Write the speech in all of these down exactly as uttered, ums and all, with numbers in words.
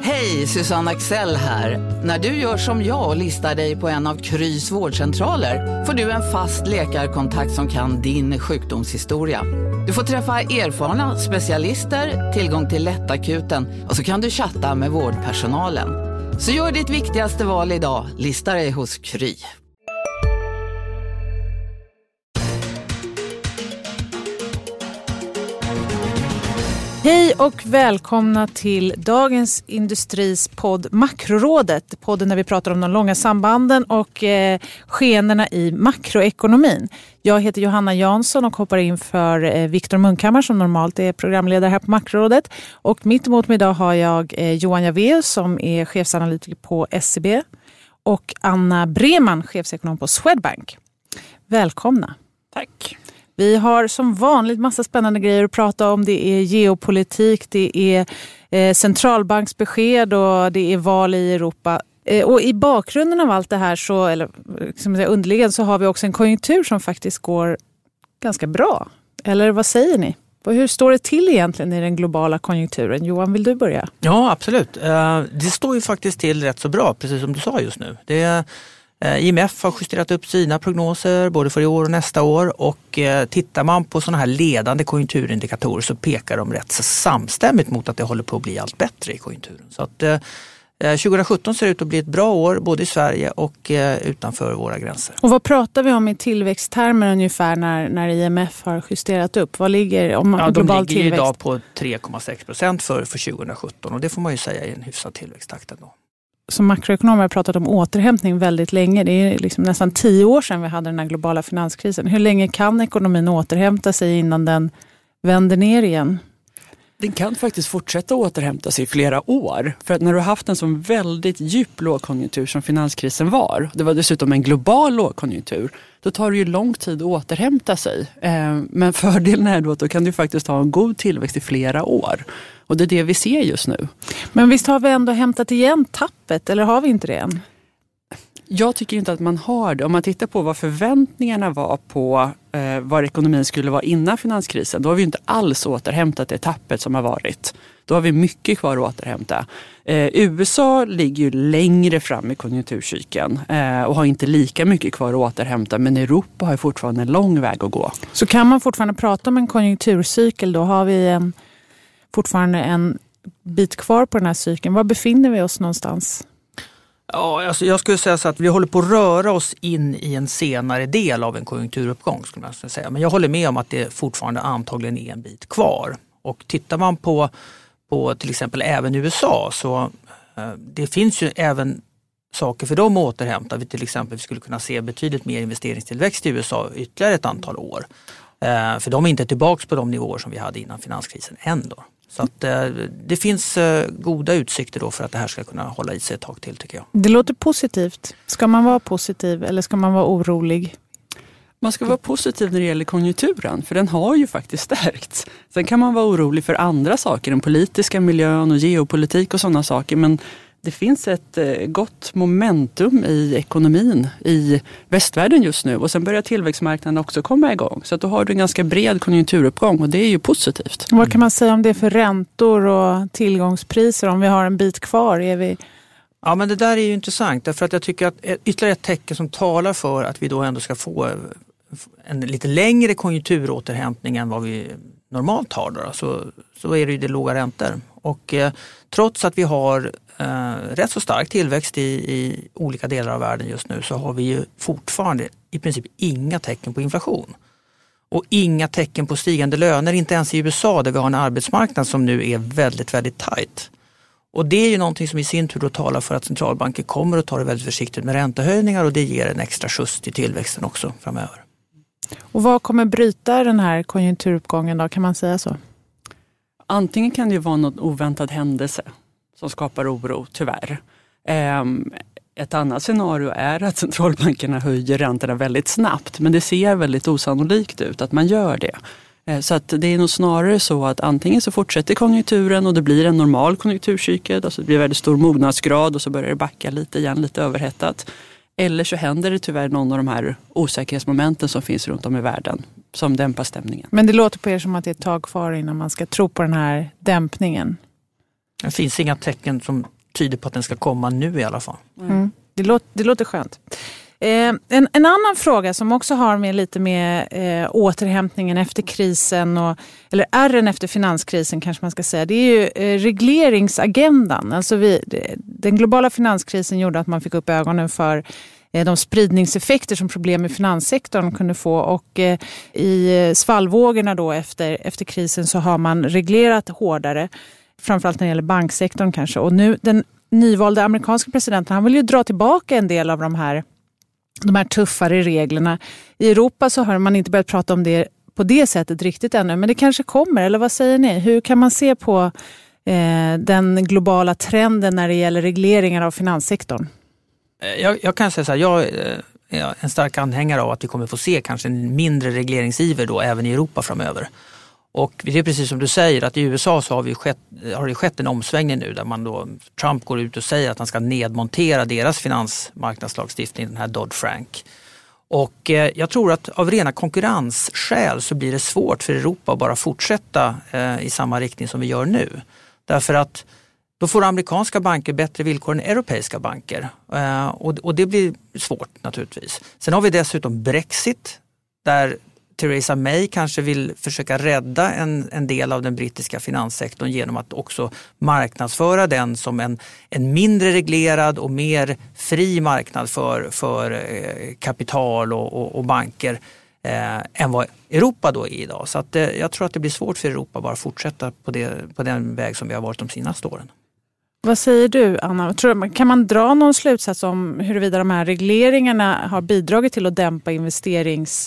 Hej, Susanne Axel här. När du gör som jag och listar dig på en av Krys vårdcentraler får du en fast läkarkontakt som kan din sjukdomshistoria. Du får träffa erfarna specialister, tillgång till lättakuten och så kan du chatta med vårdpersonalen. Så gör ditt viktigaste val idag, lista dig hos Kry. Hej och välkomna till Dagens Industris podd Makrorådet. Podden där vi pratar om de långa sambanden och eh, skenorna i makroekonomin. Jag heter Johanna Jansson och hoppar in för eh, Viktor Munkhammar som normalt är programledare här på Makrorådet. Och mitt emot mig idag har jag eh, Johan Javeus som är chefsanalytiker på S C B och Anna Breman, chefsekonom på Swedbank. Välkomna. Tack. Vi har som vanligt massa spännande grejer att prata om. Det är geopolitik, det är eh, centralbanksbesked och det är val i Europa. Eh, och i bakgrunden av allt det här så, eller liksom underliggande, så har vi också en konjunktur som faktiskt går ganska bra. Eller vad säger ni? Hur står det till egentligen i den globala konjunkturen? Johan, vill du börja? Ja, absolut. Det står ju faktiskt till rätt så bra, precis som du sa just nu. Det är I M F har justerat upp sina prognoser både för i år och nästa år och eh, tittar man på sådana här ledande konjunkturindikatorer så pekar de rätt så samstämmigt mot att det håller på att bli allt bättre i konjunkturen. Så att eh, tjugohundrasjutton ser ut att bli ett bra år både i Sverige och eh, utanför våra gränser. Och vad pratar vi om i tillväxttermer ungefär när, när I M F har justerat upp? Vad ligger om ja, global de ligger tillväxt? Idag på tre komma sex procent för, för tjugohundrasjutton och det får man ju säga är en hyfsad tillväxttakt ändå. Som makroekonomer har pratat om återhämtning väldigt länge. Det är liksom nästan tio år sedan vi hade den här globala finanskrisen. Hur länge kan ekonomin återhämta sig innan den vänder ner igen? Den kan faktiskt fortsätta återhämta sig i flera år. För att när du har haft en sån väldigt djup lågkonjunktur som finanskrisen var, det var dessutom en global lågkonjunktur, då tar det ju lång tid att återhämta sig. Men fördelen är då att då kan du faktiskt ha en god tillväxt i flera år. Och det är det vi ser just nu. Men visst har vi ändå hämtat igen tappet, eller har vi inte det än? Jag tycker inte att man har det. Om man tittar på vad förväntningarna var på eh, vad ekonomin skulle vara innan finanskrisen, då har vi inte alls återhämtat det tappet som har varit. Då har vi mycket kvar att återhämta. Eh, U S A ligger ju längre fram i konjunkturcykeln eh, och har inte lika mycket kvar att återhämta, men Europa har fortfarande en lång väg att gå. Så kan man fortfarande prata om en konjunkturcykel, då har vi en, fortfarande en bit kvar på den här cykeln. Var befinner vi oss någonstans? Ja, alltså jag skulle säga så att vi håller på att röra oss in i en senare del av en konjunkturuppgång skulle man säga. Men jag håller med om att det fortfarande antagligen är en bit kvar. Och tittar man på, på till exempel även U S A så eh, det finns ju även saker för dem att återhämta. Vi till exempel skulle kunna se betydligt mer investeringstillväxt i U S A ytterligare ett antal år. Eh, för de är inte tillbaka på de nivåer som vi hade innan finanskrisen ändå. Så att eh, det finns eh, goda utsikter då för att det här ska kunna hålla i sig ett tag till tycker jag. Det låter positivt. Ska man vara positiv eller ska man vara orolig? Man ska vara positiv när det gäller konjunkturen, för den har ju faktiskt stärkts. Sen kan man vara orolig för andra saker, den politiska miljön och geopolitik och sådana saker, men det finns ett eh, gott momentum i ekonomin i västvärlden just nu och sen börjar tillväxtmarknaden också komma igång. Så att då har du en ganska bred konjunkturuppgång och det är ju positivt. Vad kan man säga om det för räntor och tillgångspriser om vi har en bit kvar? Är vi... Ja, men det där är ju intressant därför att jag tycker att ytterligare ett tecken som talar för att vi då ändå ska få en lite längre konjunkturåterhämtning än vad vi normalt har då, så, så är det ju det låga räntor. Och eh, trots att vi har eh, rätt så stark tillväxt i, i olika delar av världen just nu så har vi ju fortfarande i princip inga tecken på inflation. Och inga tecken på stigande löner, inte ens i U S A där vi har en arbetsmarknad som nu är väldigt, väldigt tajt. Och det är ju någonting som i sin tur då talar för att centralbanker kommer att ta det väldigt försiktigt med räntehöjningar och det ger en extra skjuts till tillväxten också framöver. Och vad kommer bryta den här konjunkturuppgången då, kan man säga så? Antingen kan det ju vara någon oväntad händelse som skapar oro, tyvärr. Ett annat scenario är att centralbankerna höjer räntorna väldigt snabbt, men det ser väldigt osannolikt ut att man gör det. Så att det är nog snarare så att antingen så fortsätter konjunkturen och det blir en normal konjunkturcykel, alltså det blir väldigt stor mognadsgrad och så börjar det backa lite igen, lite överhettat. Eller så händer det tyvärr någon av de här osäkerhetsmomenten som finns runt om i världen som dämpar stämningen. Men det låter på er som att det är ett tag kvar innan man ska tro på den här dämpningen. Det finns inga tecken som tyder på att den ska komma nu i alla fall. Mm. Det, låter, det låter skönt. Eh, en, en annan fråga som också har med lite med eh, återhämtningen efter krisen, och, eller ärren efter finanskrisen kanske man ska säga, det är ju eh, regleringsagendan. Alltså vi, det, den globala finanskrisen gjorde att man fick upp ögonen för eh, de spridningseffekter som problem i finanssektorn kunde få, och eh, i svallvågorna då efter, efter krisen så har man reglerat hårdare, framförallt när det gäller banksektorn kanske. Och nu den nyvalda amerikanska presidenten, han vill ju dra tillbaka en del av de här de här tuffare reglerna. I Europa så har man inte börjat prata om det på det sättet riktigt ännu, men det kanske kommer, eller vad säger ni? Hur kan man se på eh, den globala trenden när det gäller regleringar av finanssektorn? Jag, jag kan säga så här, jag är en stark anhängare av att vi kommer få se kanske en mindre regleringsiver då även i Europa framöver. Och det är precis som du säger, att i U S A så har, vi skett, har det skett en omsvängning nu där man då, Trump går ut och säger att han ska nedmontera deras finansmarknadslagstiftning, den här Dodd-Frank. Och eh, jag tror att av rena konkurrensskäl så blir det svårt för Europa att bara fortsätta eh, i samma riktning som vi gör nu. Därför att då får amerikanska banker bättre villkor än europeiska banker. Eh, och, och det blir svårt naturligtvis. Sen har vi dessutom Brexit, där Theresa May kanske vill försöka rädda en, en del av den brittiska finanssektorn genom att också marknadsföra den som en, en mindre reglerad och mer fri marknad för, för eh, kapital och, och, och banker eh, än vad Europa då är idag. Så att, eh, jag tror att det blir svårt för Europa bara fortsätta på, det, på den väg som vi har varit de senaste åren. Vad säger du, Anna? Tror, kan man dra någon slutsats om huruvida de här regleringarna har bidragit till att dämpa investerings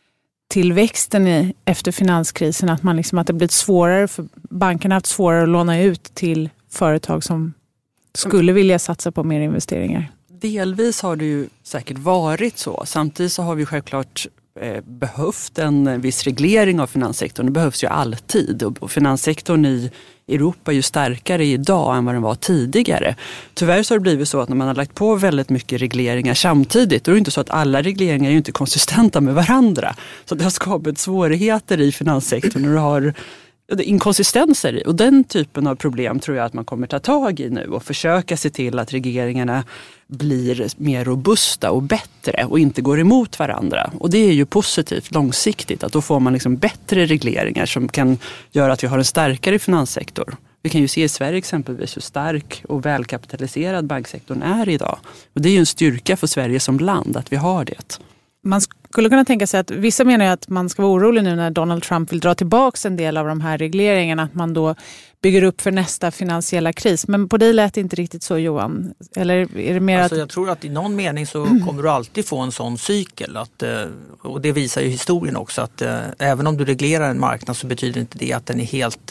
tillväxten i, efter finanskrisen, att, man liksom, att det blivit svårare för bankerna, haft svårare att låna ut till företag som skulle vilja satsa på mer investeringar? Delvis har det ju säkert varit så. Samtidigt så har vi självklart eh, behövt en viss reglering av finanssektorn. Det behövs ju alltid, och, och finanssektorn i Europa är ju starkare idag än vad den var tidigare. Tyvärr så har det blivit så att när man har lagt på väldigt mycket regleringar samtidigt, då är det inte så att alla regleringar är ju inte konsistenta med varandra. Så det har skapat svårigheter i finanssektorn och det har inkonsistenser i. Och den typen av problem tror jag att man kommer ta tag i nu och försöka se till att regleringarna blir mer robusta och bättre och inte går emot varandra. Och det är ju positivt långsiktigt, att då får man liksom bättre regleringar som kan göra att vi har en starkare finanssektor. Vi kan ju se i Sverige exempelvis hur stark och välkapitaliserad banksektorn är idag. Och det är ju en styrka för Sverige som land att vi har det. Man skulle kunna tänka sig att vissa menar att man ska vara orolig nu när Donald Trump vill dra tillbaka en del av de här regleringarna, att man då bygger upp för nästa finansiella kris. Men på dig lät det inte riktigt så, Johan. Eller är det mer alltså, att... Jag tror att i någon mening så mm. kommer du alltid få en sån cykel. Att, och det visar ju historien också, att även om du reglerar en marknad så betyder inte det att den är helt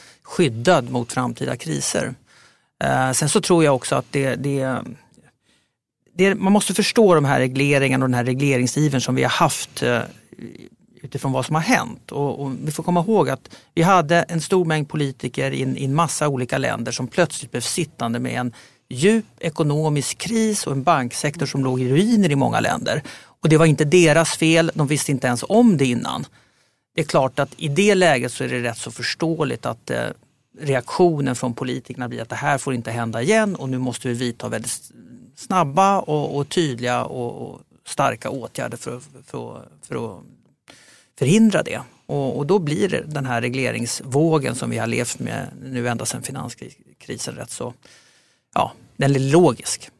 skyddad mot framtida kriser. Sen så tror jag också att det... det Det, man måste förstå de här regleringarna och den här regleringsiven som vi har haft eh, utifrån vad som har hänt. Och, och vi får komma ihåg att vi hade en stor mängd politiker i, i en massa olika länder som plötsligt blev sittande med en djup ekonomisk kris och en banksektor som låg i ruiner i många länder. Och det var inte deras fel, de visste inte ens om det innan. Det är klart att i det läget så är det rätt så förståeligt att eh, reaktionen från politikerna blir att det här får inte hända igen och nu måste vi vidta väldigt snabba och, och tydliga och, och starka åtgärder för, för, för att förhindra det. Och, och då blir det den här regleringsvågen som vi har levt med nu ända sedan finanskrisen rätt så, ja, den är logisk.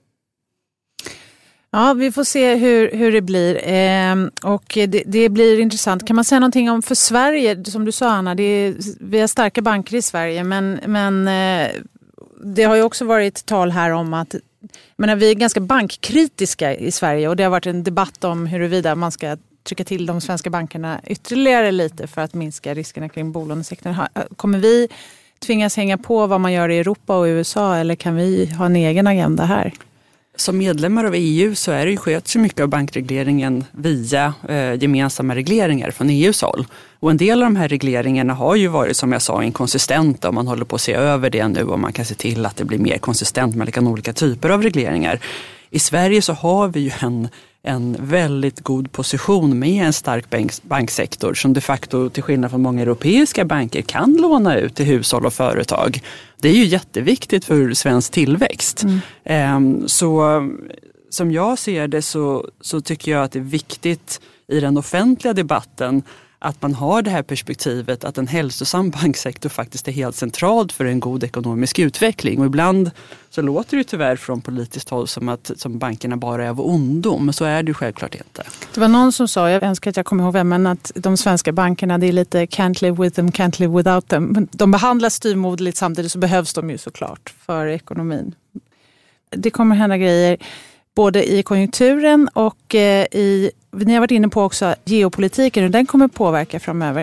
Ja, vi får se hur, hur det blir. Eh, och det, det blir intressant. Kan man säga någonting om för Sverige? Som du sa, Anna, det är, vi har starka banker i Sverige, men, men eh, det har ju också varit tal här om att men vi är ganska bankkritiska i Sverige, och det har varit en debatt om huruvida man ska trycka till de svenska bankerna ytterligare lite för att minska riskerna kring bolånesektorn. Kommer vi tvingas hänga på vad man gör i Europa och U S A, eller kan vi ha en egen agenda här? Som medlemmar av E U så är det ju sköts mycket av bankregleringen via eh, gemensamma regleringar från E U:s håll. Och en del av de här regleringarna har ju varit, som jag sa, inkonsistenta, och man håller på att se över det nu och man kan se till att det blir mer konsistent mellan olika typer av regleringar. I Sverige så har vi ju en, en väldigt god position med en stark bank, banksektor som de facto till skillnad från många europeiska banker kan låna ut till hushåll och företag. Det är ju jätteviktigt för svensk tillväxt. Mm. Så som jag ser det så, så tycker jag att det är viktigt i den offentliga debatten att man har det här perspektivet att en hälsosam banksektor faktiskt är helt centralt för en god ekonomisk utveckling. Och ibland så låter det tyvärr från politiskt håll som att som bankerna bara är av ondo, men så är det ju självklart inte. Det var någon som sa, jag önskar att jag kommer ihåg vem, men att de svenska bankerna, det är lite can't live with them, can't live without them. De behandlas styvmoderligt, samtidigt så behövs de ju såklart för ekonomin. Det kommer hända grejer både i konjunkturen och i, ni har varit inne på också geopolitiken, och den kommer påverka framöver.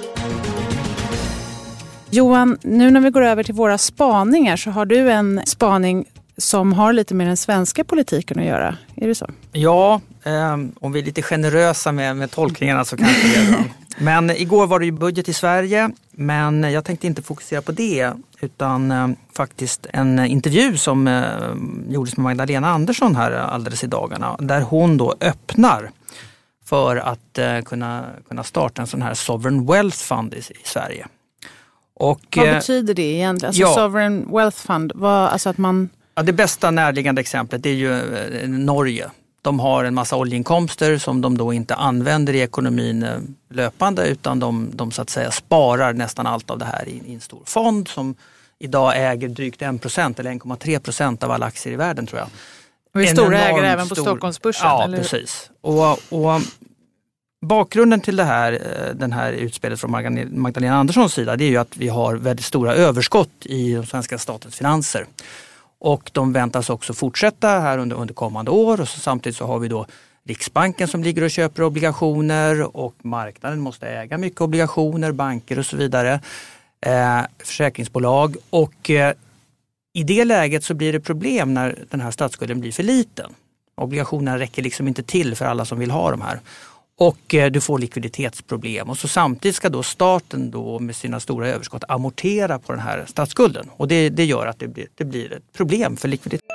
Johan, nu när vi går över till våra spaningar så har du en spaning som har lite med den svenska politiken att göra. Är det så? Ja, eh, om vi är lite generösa med, med tolkningarna så kanske det är bra. Men igår var det ju budget i Sverige, men jag tänkte inte fokusera på det utan eh, faktiskt en intervju som eh, gjordes med Magdalena Andersson här alldeles i dagarna, där hon då öppnar för att eh, kunna, kunna starta en sån här Sovereign Wealth Fund i, i Sverige. Och, vad betyder det egentligen? Alltså ja, Sovereign Wealth Fund, vad, alltså att man... Ja, det bästa närliggande exemplet är ju eh, Norge. De har en massa oljeinkomster som de då inte använder i ekonomin löpande, utan de, de så att säga sparar nästan allt av det här i, i en stor fond som idag äger drygt en procent eller en komma tre procent av alla aktier i världen, tror jag. Och är stora ägare även på stor... Stockholmsbörsen? Ja, eller? Precis. Och, och bakgrunden till det här, den här utspelet från Magdalena Anderssons sida, det är ju att vi har väldigt stora överskott i de svenska statens finanser. Och de väntas också fortsätta här under, under kommande år, och så samtidigt så har vi då Riksbanken som ligger och köper obligationer, och marknaden måste äga mycket obligationer, banker och så vidare, eh, försäkringsbolag, och eh, i det läget så blir det problem när den här statsskulden blir för liten. Obligationerna räcker liksom inte till för alla som vill ha de här. Och eh, du får likviditetsproblem, och så samtidigt ska då staten då med sina stora överskott amortera på den här statsskulden, och det, det gör att det blir, det blir ett problem för likviditet.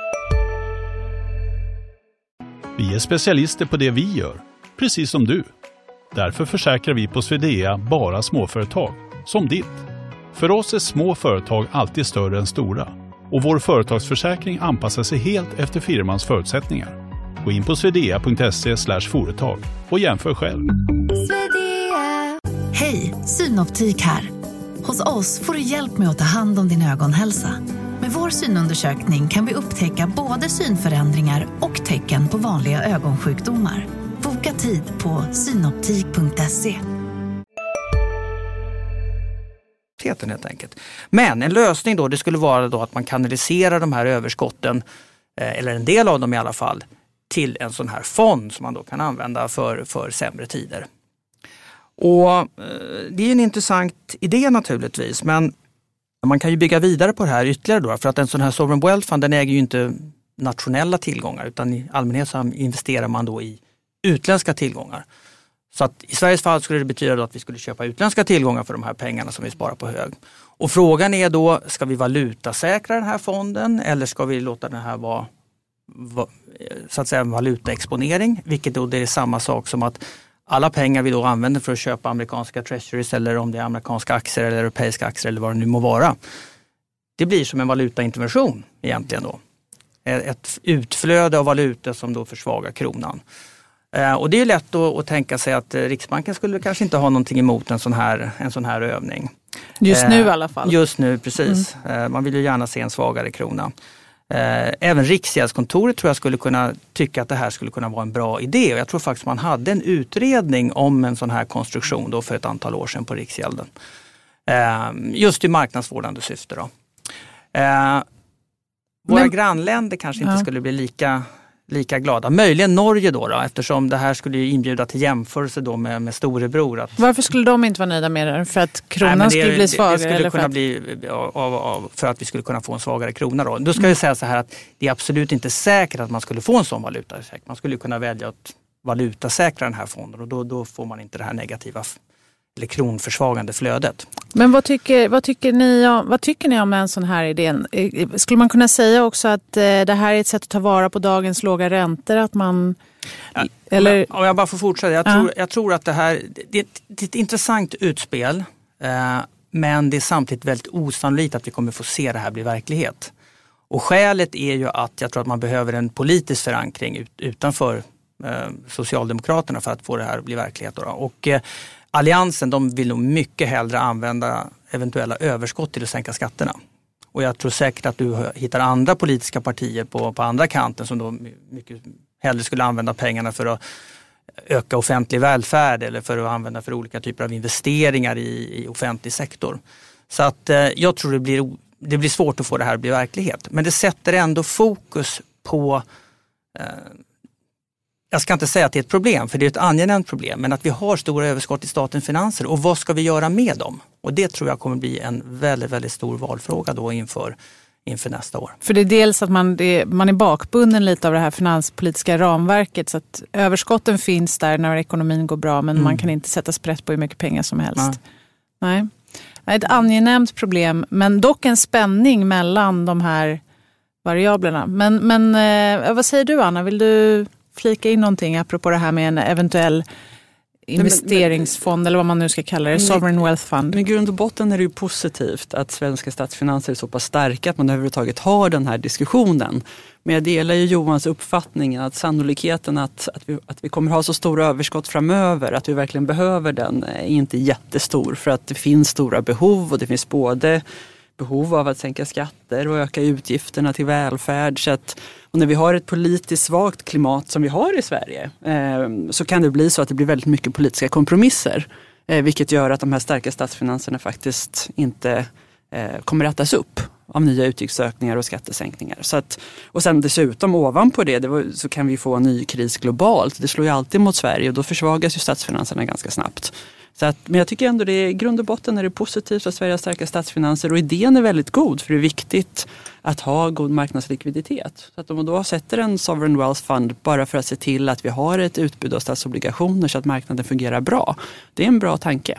Vi är specialister på det vi gör, precis som du. Därför försäkrar vi på Swedea bara småföretag, som ditt. För oss är små företag alltid större än stora, och vår företagsförsäkring anpassar sig helt efter firmans förutsättningar. Gå in på swedea punkt se slash företag och jämför själv. Hej, Synoptik här. Hos oss får du hjälp med att ta hand om din ögonhälsa. Med vår synundersökning kan vi upptäcka både synförändringar och tecken på vanliga ögonsjukdomar. Boka tid på synoptik punkt se. Helt enkelt. Men en lösning då, det skulle vara då att man kanaliserar de här överskotten, eller en del av dem i alla fall, till en sån här fond som man då kan använda för, för sämre tider. Och eh, det är en intressant idé naturligtvis, men man kan ju bygga vidare på det här ytterligare då, för att en sån här Sovereign Wealth Fund, den äger ju inte nationella tillgångar, utan i allmänhet så investerar man då i utländska tillgångar. Så att i Sveriges fall skulle det betyda då att vi skulle köpa utländska tillgångar för de här pengarna som vi sparar på hög. Och frågan är då, ska vi valutasäkra den här fonden, eller ska vi låta den här vara så att säga en valutaexponering, vilket då det är samma sak som att alla pengar vi då använder för att köpa amerikanska treasuries, eller om det är amerikanska aktier eller europeiska aktier eller vad det nu må vara, det blir som en valutaintervention egentligen då. Ett utflöde av valuta som då försvagar kronan. Och det är lätt att, att tänka sig att Riksbanken skulle kanske inte ha någonting emot en sån här, en sån här övning. Just nu i alla fall. Just nu, precis. Mm. Man vill ju gärna se en svagare krona. Även Riksgäldskontoret tror jag skulle kunna tycka att det här skulle kunna vara en bra idé. Och jag tror faktiskt man hade en utredning om en sån här konstruktion då för ett antal år sedan på Riksgälden. Just i marknadsvårdande syfte då. Våra Men, grannländer kanske inte ja. skulle bli lika, lika glada. Möjligen Norge då, då eftersom det här skulle inbjuda till jämförelse då med, med storebror. Att... Varför skulle de inte vara nöjda med det? För att kronan Nej, det, skulle bli svagare? Det, det skulle eller kunna för att... bli av, av, för att vi skulle kunna få en svagare krona då. Då ska mm. jag säga så här att det är absolut inte säkert att man skulle få en sån valutaeffekt. Man skulle kunna välja att valutasäkra den här fonden, och då, då får man inte det här negativa eller kronförsvagande flödet. Men vad tycker, vad, tycker ni om, vad tycker ni om en sån här idé? Skulle man kunna säga också att det här är ett sätt att ta vara på dagens låga räntor? Att man, ja, eller... Om jag bara får fortsätta. Jag, ja. tror, jag tror att det här det är ett, det är ett intressant utspel. Eh, men det är samtidigt väldigt osannolikt att vi kommer få se det här bli verklighet. Och skälet är ju att jag tror att man behöver en politisk förankring ut, utanför eh, Socialdemokraterna för att få det här att bli verklighet. Då. Och eh, Alliansen, de vill nog mycket hellre använda eventuella överskott till att sänka skatterna. Och jag tror säkert att du hittar andra politiska partier på, på andra kanten som då mycket hellre skulle använda pengarna för att öka offentlig välfärd eller för att använda för olika typer av investeringar i, i offentlig sektor. Så att eh, jag tror det blir, det blir svårt att få det här att bli verklighet. Men det sätter ändå fokus på, eh, jag ska inte säga att det är ett problem, för det är ett angenämt problem, men att vi har stora överskott i statens finanser och vad ska vi göra med dem? Och det tror jag kommer bli en väldigt, väldigt stor valfråga då inför inför nästa år. För det är dels att man, det, man är bakbunden lite av det här finanspolitiska ramverket, så att överskotten finns där när ekonomin går bra, men mm. man kan inte sätta sprätt på hur mycket pengar som helst. Nej. Nej. Ett angenämt problem, men dock en spänning mellan de här variablerna. Men, men eh, vad säger du, Anna? Vill du flika in någonting apropå det här med en eventuell investeringsfond, men, men, eller vad man nu ska kalla det, men, Sovereign Wealth Fund? Men grund och botten är det ju positivt att svenska statsfinanser är så pass starka att man överhuvudtaget har den här diskussionen. Men jag delar ju Johans uppfattning att sannolikheten att, att, vi, att vi kommer ha så stora överskott framöver, att vi verkligen behöver den, är inte jättestor, för att det finns stora behov och det finns både behov av att sänka skatter och öka utgifterna till välfärd. Så att, och när vi har ett politiskt svagt klimat som vi har i Sverige eh, så kan det bli så att det blir väldigt mycket politiska kompromisser. Eh, vilket gör att de här starka statsfinanserna faktiskt inte eh, kommer att ätas upp av nya utgiftsökningar och skattesänkningar. Så att, och sen dessutom ovanpå det, det var, så kan vi få en ny kris globalt. Det slår ju alltid mot Sverige och då försvagas ju statsfinanserna ganska snabbt. Så att, men jag tycker ändå det är grund och botten är det positivt att Sverige har starka statsfinanser och idén är väldigt god, för det är viktigt att ha god marknadslikviditet. Så att om man då sätter en Sovereign Wealth Fund bara för att se till att vi har ett utbud av statsobligationer så att marknaden fungerar bra, det är en bra tanke.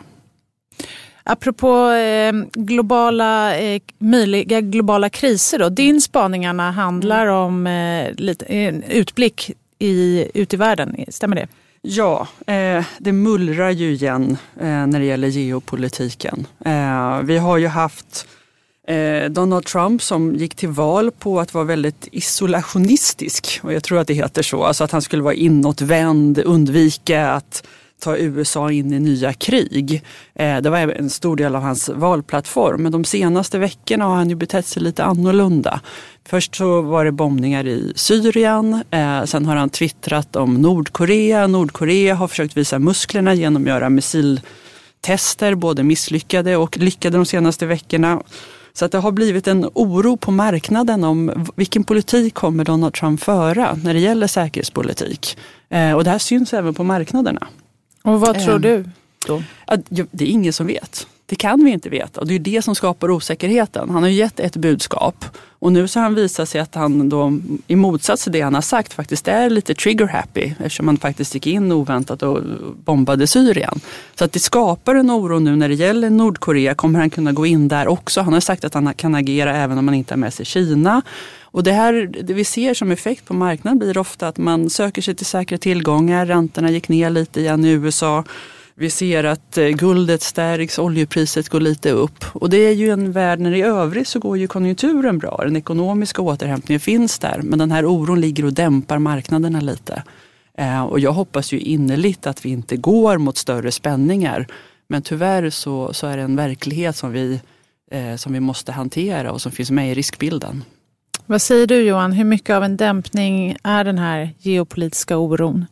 Apropå eh, globala, eh, möjliga globala kriser då, din spaningarna handlar om eh, lite, en utblick i, ut i världen, stämmer det? Ja, eh, det mullrar ju igen eh, när det gäller geopolitiken. Eh, vi har ju haft eh, Donald Trump som gick till val på att vara väldigt isolationistisk, och jag tror att det heter så, alltså att han skulle vara inåtvänd, undvika att ta U S A in i nya krig. Eh, det var en stor del av hans valplattform, men de senaste veckorna har han ju betett sig lite annorlunda. Först så var det bombningar i Syrien, eh, sen har han twittrat om Nordkorea. Nordkorea har försökt visa musklerna genom att göra missiltester, både misslyckade och lyckade de senaste veckorna. Så att det har blivit en oro på marknaden om vilken politik kommer Donald Trump föra när det gäller säkerhetspolitik. Eh, och det här syns även på marknaderna. Och vad tror eh, du då? Det är ingen som vet. Det kan vi inte veta, och det är det som skapar osäkerheten. Han har ju gett ett budskap och nu så har han visat sig att han då, i motsats till det han har sagt, faktiskt är lite trigger happy, eftersom han faktiskt gick in oväntat och bombade Syrien. Så att det skapar en oro nu när det gäller Nordkorea. Kommer han kunna gå in där också? Han har sagt att han kan agera även om man inte har med sig Kina. Och det här, det vi ser som effekt på marknaden blir ofta att man söker sig till säkra tillgångar. Räntorna gick ner lite igen i U S A. Vi ser att guldet stärks, oljepriset går lite upp. Och det är ju en värld när i övrigt så går ju konjunkturen bra. Den ekonomiska återhämtningen finns där. Men den här oron ligger och dämpar marknaderna lite. Eh, och jag hoppas ju innerligt att vi inte går mot större spänningar. Men tyvärr så, så är det en verklighet som vi, eh, som vi måste hantera och som finns med i riskbilden. Vad säger du, Johan? Hur mycket av en dämpning är den här geopolitiska oron?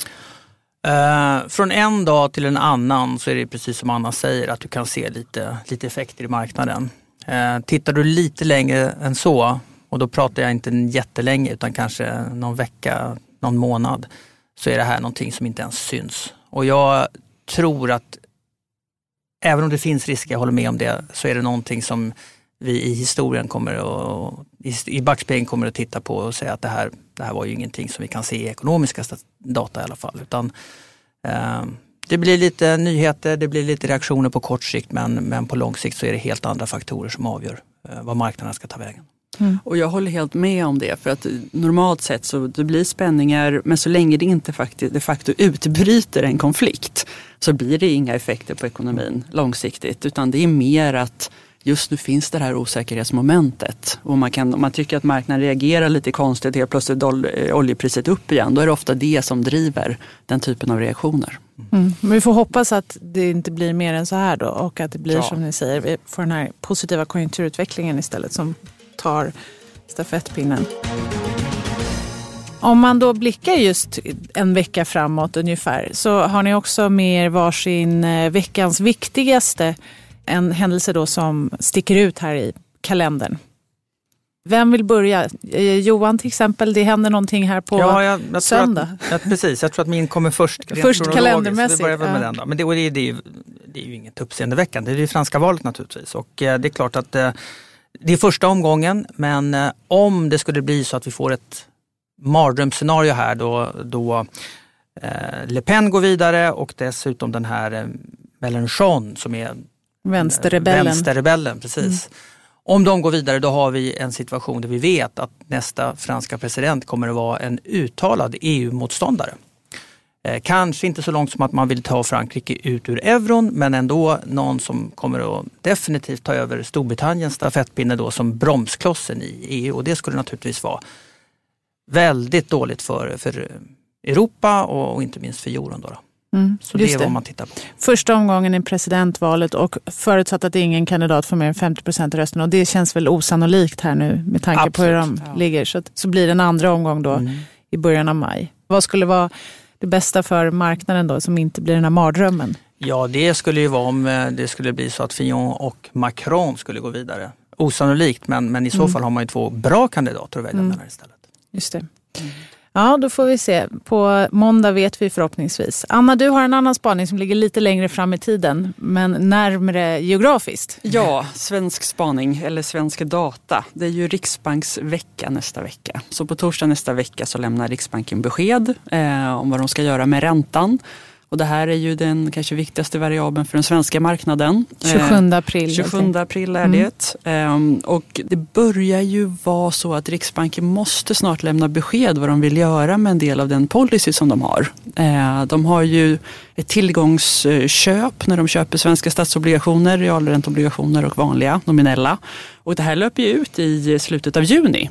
Uh, från en dag till en annan så är det precis som Anna säger att du kan se lite, lite effekter i marknaden. Uh, tittar du lite längre än så, och då pratar jag inte jättelänge utan kanske någon vecka, någon månad, så är det här någonting som inte ens syns. Och jag tror att även om det finns risker, jag håller med om det, så är det någonting som vi i historien kommer att, i backspegeln kommer att titta på och säga att det här, det här var ju ingenting som vi kan se i ekonomiska data i alla fall. Utan eh, Det blir lite nyheter, det blir lite reaktioner på kort sikt, men, men på lång sikt så är det helt andra faktorer som avgör eh, vad marknaden ska ta vägen. Mm. Och jag håller helt med om det, för att normalt sett så det blir spänningar, men så länge det inte faktiskt, de facto utbryter en konflikt så blir det inga effekter på ekonomin långsiktigt, utan det är mer att just nu finns det här osäkerhetsmomentet och man kan, om man tycker att marknaden reagerar lite konstigt, helt plötsligt doll, oljepriset upp igen, då är det ofta det som driver den typen av reaktioner. Mm. Men vi får hoppas att det inte blir mer än så här då, och att det blir, ja, som ni säger, vi får den här positiva konjunkturutvecklingen istället som tar stafettpinnen. Om man då blickar just en vecka framåt ungefär, så har ni också med er varsin veckans viktigaste, en händelse då som sticker ut här i kalendern. Vem vill börja? Johan till exempel, det händer någonting här på ja, jag, jag söndag. Att, ja, precis, jag tror att min kommer först. Först kalendermässigt. Vi börjar väl med ja. den då. Men det, det, det, är ju, det är ju inget uppseendeväckande. Det är det franska valet naturligtvis. Och eh, det är klart att eh, det är första omgången, men eh, om det skulle bli så att vi får ett mardrömsscenario här då, då eh, Le Pen går vidare och dessutom den här eh, Mélenchon som är Vänsterrebellen. Vänsterrebellen, precis. Mm. Om de går vidare, då har vi en situation där vi vet att nästa franska president kommer att vara en uttalad E U-motståndare. Eh, kanske inte så långt som att man vill ta Frankrike ut ur euron, men ändå någon som kommer att definitivt ta över Storbritanniens stafettpinne då som bromsklossen i E U. Och det skulle naturligtvis vara väldigt dåligt för, för Europa och, och inte minst för euron då. då. Mm, så det är vad man tittar på. Första omgången i presidentvalet och förutsatt att ingen kandidat får mer än femtio procent av rösten, och det känns väl osannolikt här nu med tanke Absolut. på hur de ja. ligger. Så, så blir det en andra omgång då mm. i början av maj. Vad skulle vara det bästa för marknaden då som inte blir den här mardrömmen? Ja, det skulle ju vara om det skulle bli så att Fillon och Macron skulle gå vidare. Osannolikt, men, men i så mm. fall har man ju två bra kandidater att välja mm. mellan istället. Just det. Mm. Ja, då får vi se. På måndag vet vi förhoppningsvis. Anna, du har en annan spaning som ligger lite längre fram i tiden, men närmare geografiskt. Ja, svensk spaning eller svensk data. Det är ju Riksbanksvecka nästa vecka. Så på torsdag nästa vecka så lämnar Riksbanken besked eh, om vad de ska göra med räntan. Och det här är ju den kanske viktigaste variabeln för den svenska marknaden. tjugosjunde april. tjugosjunde april är det. Mm. Och det börjar ju vara så att Riksbanken måste snart lämna besked vad de vill göra med en del av den policy som de har. De har ju ett tillgångsköp när de köper svenska statsobligationer, realränteobligationer och vanliga nominella. Och det här löper ju ut i slutet av juni.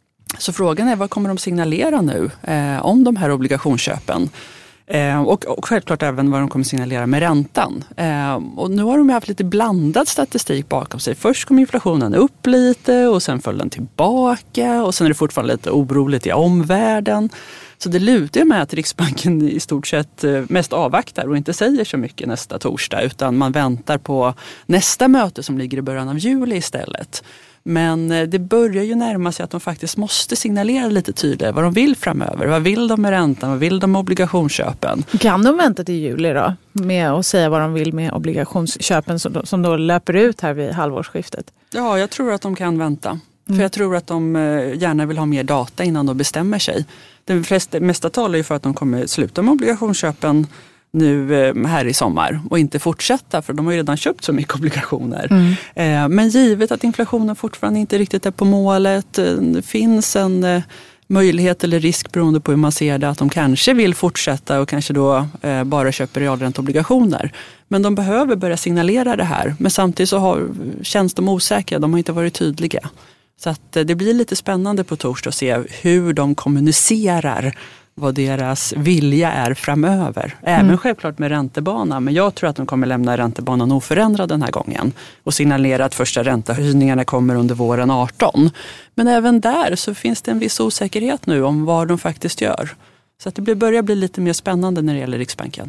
Så frågan är, vad kommer de signalera nu om de här obligationsköpen? Eh, och, och självklart även vad de kommer signalera med räntan. Eh, och nu har de haft lite blandad statistik bakom sig. Först kom inflationen upp lite och sen föll den tillbaka och sen är det fortfarande lite oroligt i omvärlden. Så det lutar med att Riksbanken i stort sett mest avvaktar och inte säger så mycket nästa torsdag, utan man väntar på nästa möte som ligger i början av juli istället. Men det börjar ju närma sig att de faktiskt måste signalera lite tydligare vad de vill framöver. Vad vill de med räntan? Vad vill de med obligationsköpen? Kan de vänta till juli då med att säga vad de vill med obligationsköpen som då, som då löper ut här vid halvårsskiftet? Ja, jag tror att de kan vänta. Mm. För jag tror att de gärna vill ha mer data innan de bestämmer sig. Det flesta, mesta talar ju för att de kommer sluta med obligationsköpen nu här i sommar och inte fortsätta, för de har ju redan köpt så mycket obligationer. Mm. Men givet att inflationen fortfarande inte riktigt är på målet, det finns en möjlighet eller risk beroende på hur man ser det att de kanske vill fortsätta och kanske då bara köper realränteobligationer. Men de behöver börja signalera det här. Men samtidigt så har, känns de osäkra, de har inte varit tydliga. Så att det blir lite spännande på torsdag att se hur de kommunicerar vad deras vilja är framöver. Även mm. självklart med räntebanan. Men jag tror att de kommer lämna räntebanan oförändrad den här gången. Och signalera att första räntehöjningarna kommer under våren arton. Men även där så finns det en viss osäkerhet nu om vad de faktiskt gör. Så att det börjar bli lite mer spännande när det gäller Riksbanken.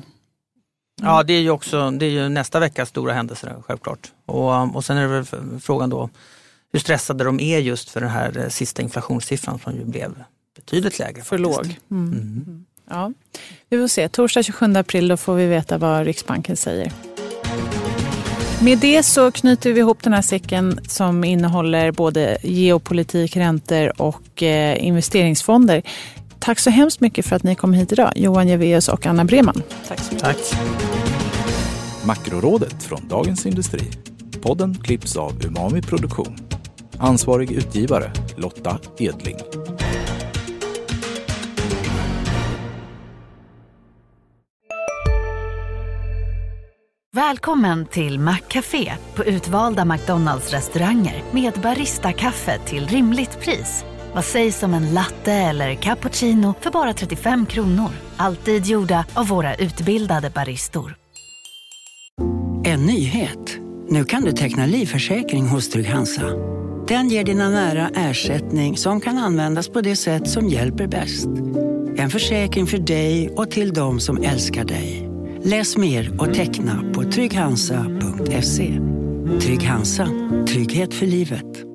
Mm. Ja, det är ju också det är ju nästa veckas stora händelser självklart. Och, och sen är det väl frågan då hur stressade de är just för den här sista inflationssiffran som ju blev betydligt lägre. För låg. Mm. Mm. Ja. Vi får se. Torsdag tjugosjunde april då får vi veta vad Riksbanken säger. Med det så knyter vi ihop den här säcken som innehåller både geopolitik, räntor och eh, investeringsfonder. Tack så hemskt mycket för att ni kom hit idag. Johan Javeus och Anna Breman. Tack så mycket. Tack. Makrorådet från Dagens Industri. Podden klipps av Umami Produktion. Ansvarig utgivare Lotta Edling. Välkommen till Maccafé på utvalda McDonalds-restauranger med Barista-kaffe till rimligt pris. Vad sägs om en latte eller cappuccino för bara trettiofem kronor? Alltid gjorda av våra utbildade baristor. En nyhet. Nu kan du teckna livförsäkring hos Trygg-Hansa. Den ger dina nära ersättning som kan användas på det sätt som hjälper bäst. En försäkring för dig och till de som älskar dig. Läs mer och teckna på trygg hansa punkt se. Trygg-Hansa. Trygghet för livet.